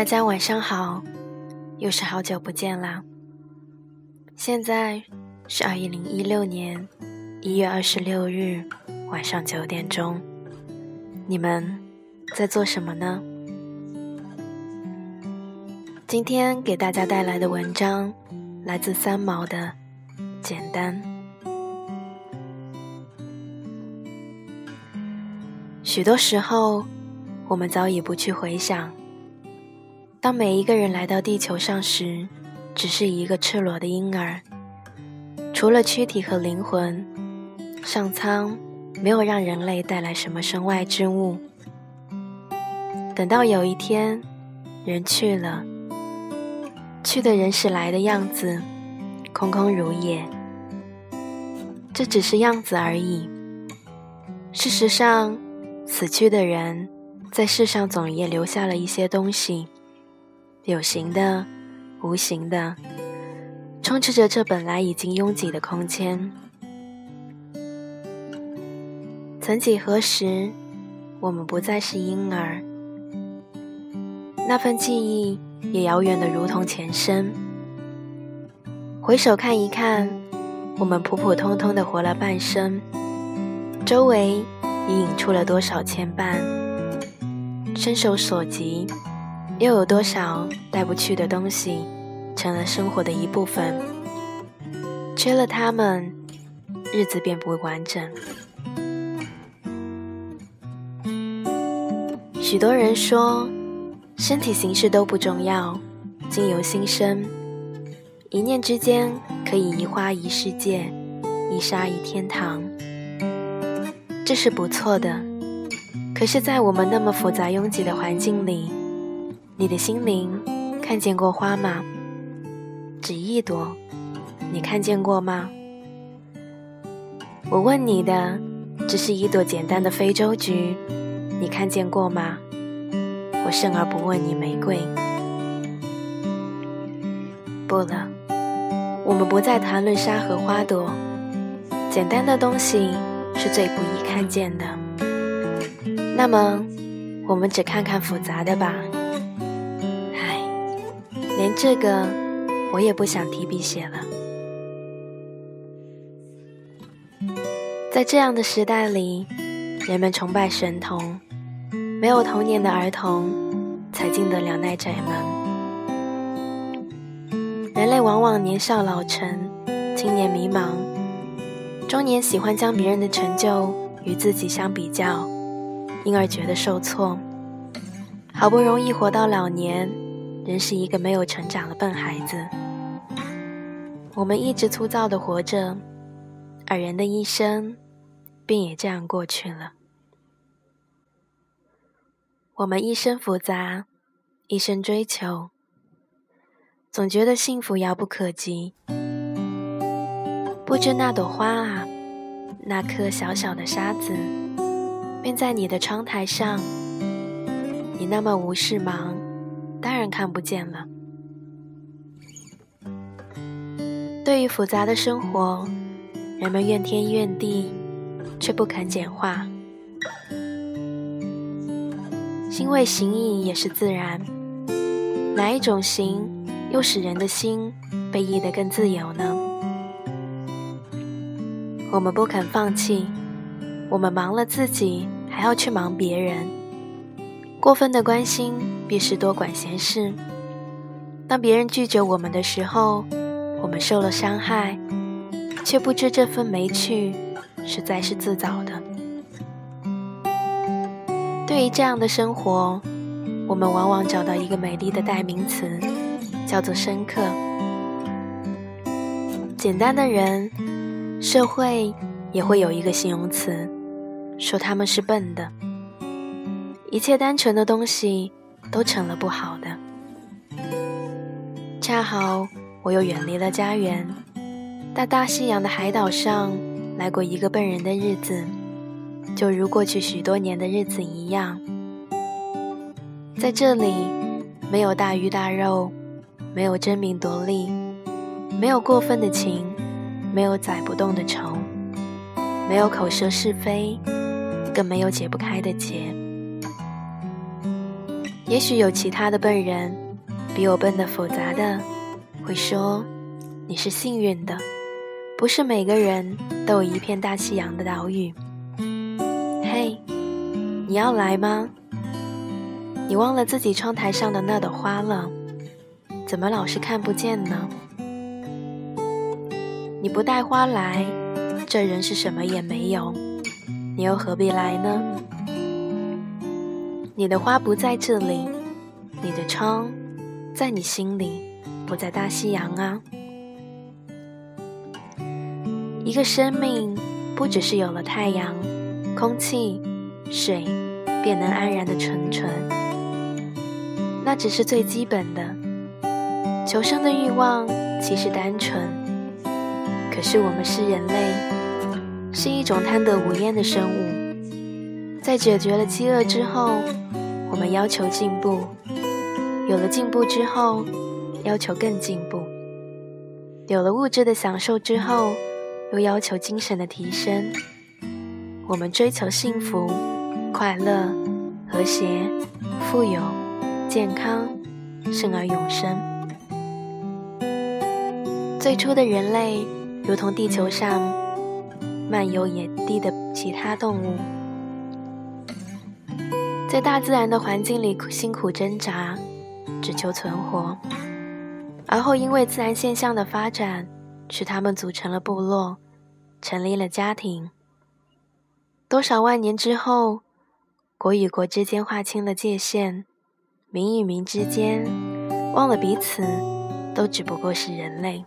大家晚上好，又是好久不见啦。现在是2016年1月26日晚上9点钟，你们在做什么呢？今天给大家带来的文章来自三毛的《简单》。许多时候，我们早已不去回想，当每一个人来到地球上时，只是一个赤裸的婴儿，除了躯体和灵魂，上苍没有让人类带来什么身外之物。等到有一天，人去了，去的人是来的样子，空空如也。这只是样子而已。事实上，死去的人在世上总也留下了一些东西，有形的、无形的，充斥着这本来已经拥挤的空间。曾几何时，我们不再是婴儿，那份记忆也遥远得如同前生。回首看一看，我们普普通通地活了半生，周围已引出了多少牵绊，伸手所及，又有多少带不去的东西成了生活的一部分，缺了它们，日子便不完整。许多人说，身体形式都不重要，经由心生，一念之间可以一花一世界，一沙一天堂。这是不错的，可是在我们那么复杂拥挤的环境里，你的心灵看见过花吗？只一朵，你看见过吗？我问你的只是一朵简单的非洲菊，你看见过吗？我甚而不问你玫瑰。不了，我们不再谈论沙和花朵，简单的东西是最不易看见的。那么我们只看看复杂的吧。连这个我也不想提笔写了。在这样的时代里，人们崇拜神童，没有童年的儿童才进得了那窄门。人类往往年少老成，青年迷茫，中年喜欢将别人的成就与自己相比较，因而觉得受挫。好不容易活到老年，仍是一个没有成长的笨孩子。我们一直粗糙地活着，而人的一生便也这样过去了。我们一生复杂，一生追求，总觉得幸福遥不可及。不知那朵花啊，那颗小小的沙子，便在你的窗台上，你那么无事忙，当然看不见了。对于复杂的生活，人们怨天怨地，却不肯简化。心为形役也是自然，哪一种形又使人的心被役得更自由呢？我们不肯放弃，我们忙了自己，还要去忙别人。过分的关心必是多管闲事。当别人拒绝我们的时候，我们受了伤害，却不知这份没趣实在是自找的。对于这样的生活，我们往往找到一个美丽的代名词，叫做深刻。简单的人，社会也会有一个形容词，说他们是笨的。一切单纯的东西都成了不好的。恰好我又远离了家园，到大西洋的海岛上来过一个笨人的日子，就如过去许多年的日子一样。在这里，没有大鱼大肉，没有争名夺利，没有过分的情，没有载不动的愁，没有口舌是非，更没有解不开的结。 也许有其他的笨人，比我笨得复杂的，会说你是幸运的，不是每个人都有一片大西洋的岛屿。嘿，你要来吗？你忘了自己窗台上的那朵花了，怎么老是看不见呢？你不带花来，这人是什么也没有，你又何必来呢？你的花不在这里，你的窗在你心里，不在大西洋啊。一个生命不只是有了太阳、空气、水便能安然的存，那只是最基本的。求生的欲望其实单纯，可是我们是人类，是一种贪得无厌的生物。在解决了饥饿之后，我们要求进步，有了进步之后，要求更进步，有了物质的享受之后，又要求精神的提升。我们追求幸福、快乐、和谐、富有、健康，生而永生。最初的人类如同地球上漫游野地的其他动物，在大自然的环境里辛苦挣扎，只求存活。而后因为自然现象的发展，使他们组成了部落，成立了家庭。多少万年之后，国与国之间划清了界限，民与民之间忘了彼此都只不过是人类。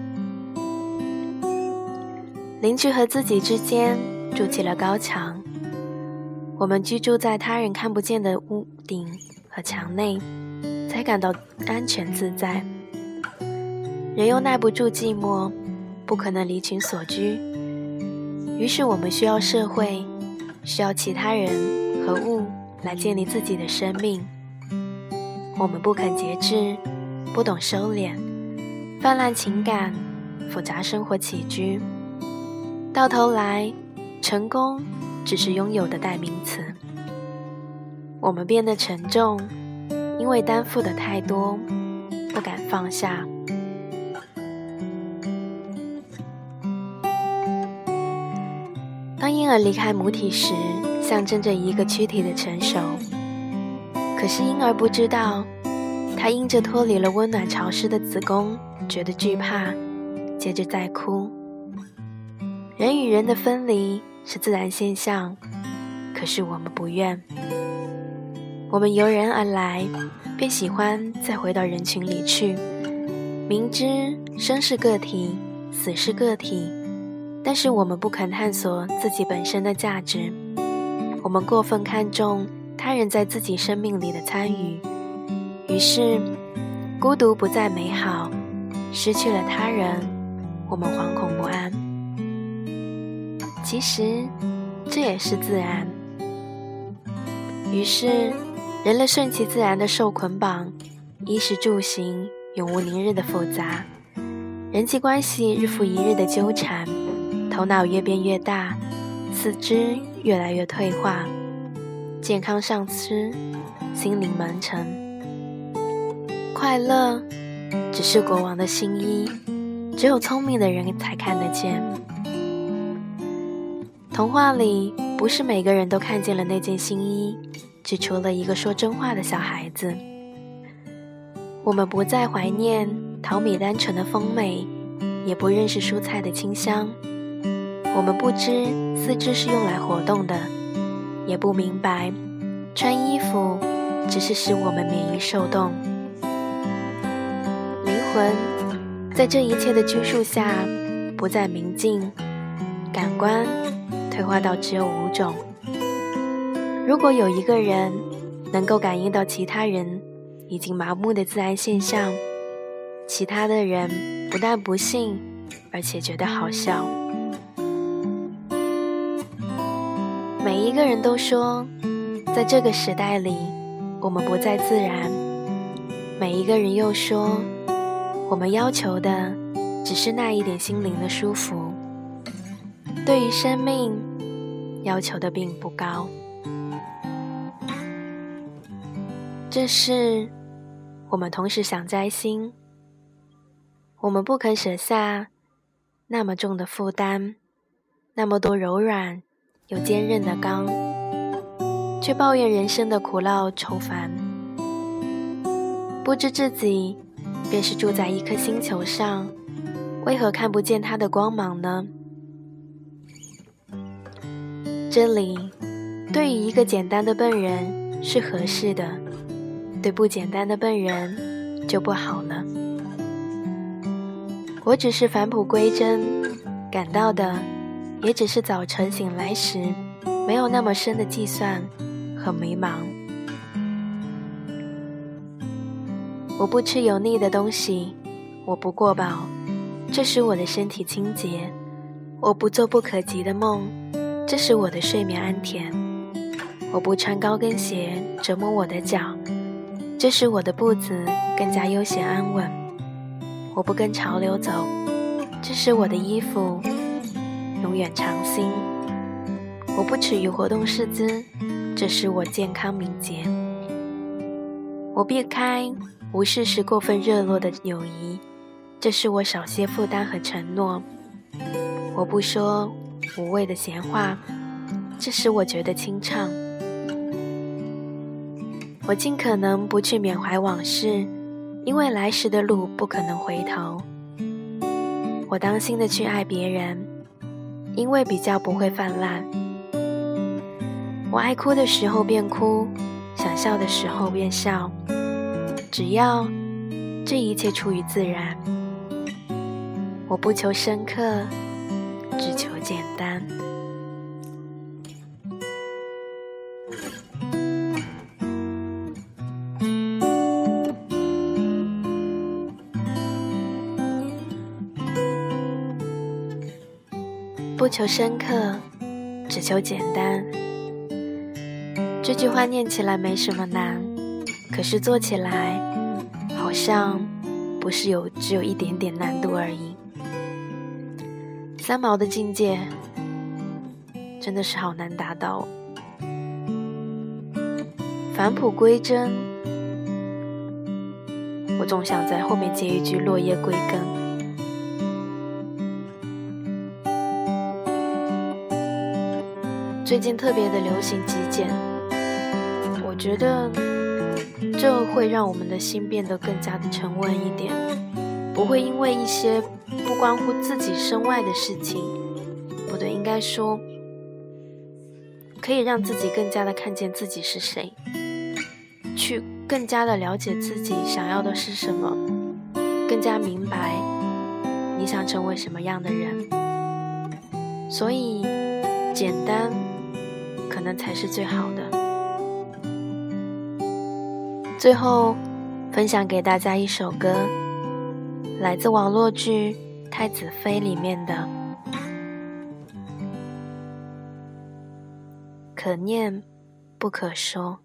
邻居和自己之间筑起了高墙，我们居住在他人看不见的屋顶和墙内，才感到安全自在。人又耐不住寂寞，不可能离群索居，于是我们需要社会，需要其他人和物来建立自己的生命。我们不肯节制，不懂收敛，泛滥情感，复杂生活起居，到头来成功只是拥有的代名词。我们变得沉重，因为担负的太多，不敢放下。当婴儿离开母体时，象征着一个躯体的成熟。可是婴儿不知道，他因着脱离了温暖潮湿的子宫，觉得惧怕，接着再哭。人与人的分离是自然现象，可是我们不愿。我们由人而来，便喜欢再回到人群里去。明知生是个体，死是个体，但是我们不肯探索自己本身的价值。我们过分看重他人在自己生命里的参与，于是孤独不再美好，失去了他人，我们惶恐不安。其实这也是自然。于是人类顺其自然的受捆绑，衣食住行永无宁日的复杂，人际关系日复一日的纠缠，头脑越变越大，四肢越来越退化，健康丧失，心灵蒙尘。快乐只是国王的新衣，只有聪明的人才看得见。童话里不是每个人都看见了那件新衣，只除了一个说真话的小孩子。我们不再怀念桃米单纯的丰美，也不认识蔬菜的清香。我们不知四肢是用来活动的，也不明白穿衣服只是使我们免于受冻。灵魂在这一切的拘束下不再明净，感官退化到只有5种。如果有一个人能够感应到其他人已经麻木的自然现象，其他的人不但不信，而且觉得好笑。每一个人都说，在这个时代里，我们不再自然。每一个人又说，我们要求的只是那一点心灵的舒服。对于生命，要求的并不高。 这事我们同时想摘星，我们不肯舍下那么重的负担，那么多柔软又坚韧的钢，却抱怨人生的苦恼愁烦。不知自己便是住在一颗星球上，为何看不见它的光芒呢？这里对于一个简单的笨人是合适的，对不简单的笨人就不好了。我只是返璞归真，感到的也只是早晨醒来时没有那么深的计算和迷茫。我不吃油腻的东西，我不过饱，这使我的身体清洁；我不做不可及的梦，这使我的睡眠安甜；我不穿高跟鞋折磨我的脚，这使我的步子更加悠闲安稳；我不跟潮流走，这使我的衣服永远长新；我不耻于活动四肢，这使我健康敏捷；我避开无事时过分热络的友谊，这使我少些负担和承诺；我不说无谓的闲话，这使我觉得清畅；我尽可能不去缅怀往事，因为来时的路不可能回头；我当心的去爱别人，因为比较不会泛滥；我爱哭的时候便哭，想笑的时候便笑，只要这一切出于自然。我不求深刻，只求简单。不求深刻，只求简单。这句话念起来没什么难，可是做起来好像不是只有一点点难度而已。三毛的境界真的是好难达到哦。返璞归真，我总想在后面接一句落叶归根。最近特别的流行极简，我觉得这会让我们的心变得更加的沉稳一点，不会因为一些不关乎自己身外的事情，不对，应该说可以让自己更加的看见自己是谁，去更加的了解自己想要的是什么，更加明白你想成为什么样的人。所以简单可能才是最好的。最后分享给大家一首歌，来自网络剧《太子妃》里面的可念不可说。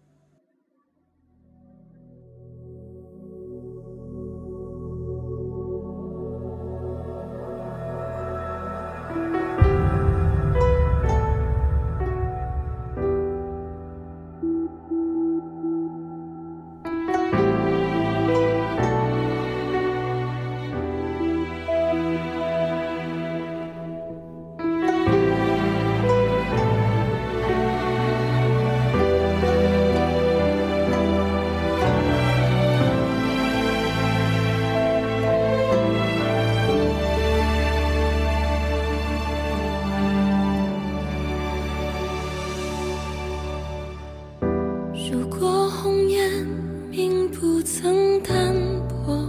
如果红颜并不曾淡薄，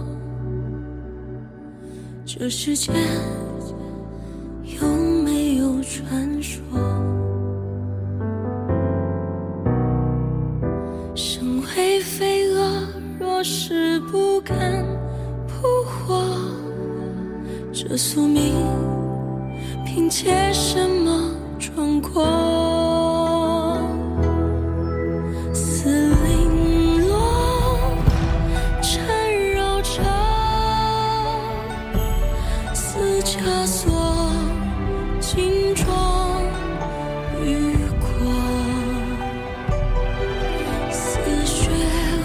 这世界有没有传说？身为飞蛾，若是不敢扑火，这宿命凭借什么闯过？枷锁金装雨过，似雪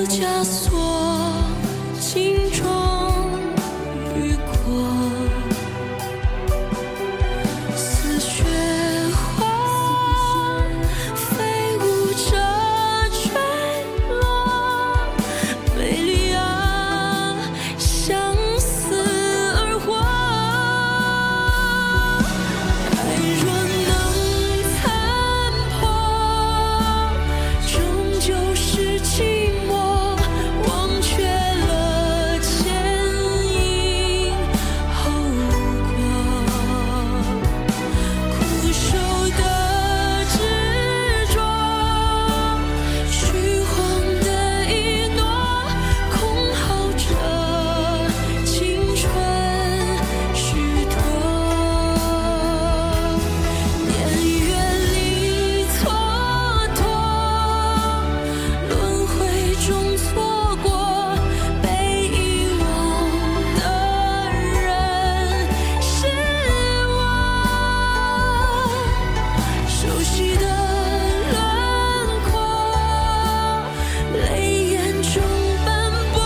枷锁，心中雨过，似雪花飞舞着坠落，美丽啊，相思而活。爱若能残破，终究是寂寞，忘却了前因后果，苦守的执着，虚晃的一诺，空耗着青春虚脱。年月里蹉跎，轮回中错过，被遗忘的人是我。熟悉的轮廓，泪眼中斑驳，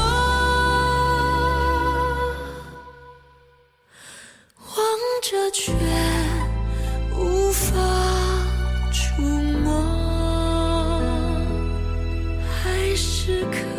望着却无法触摸，还是可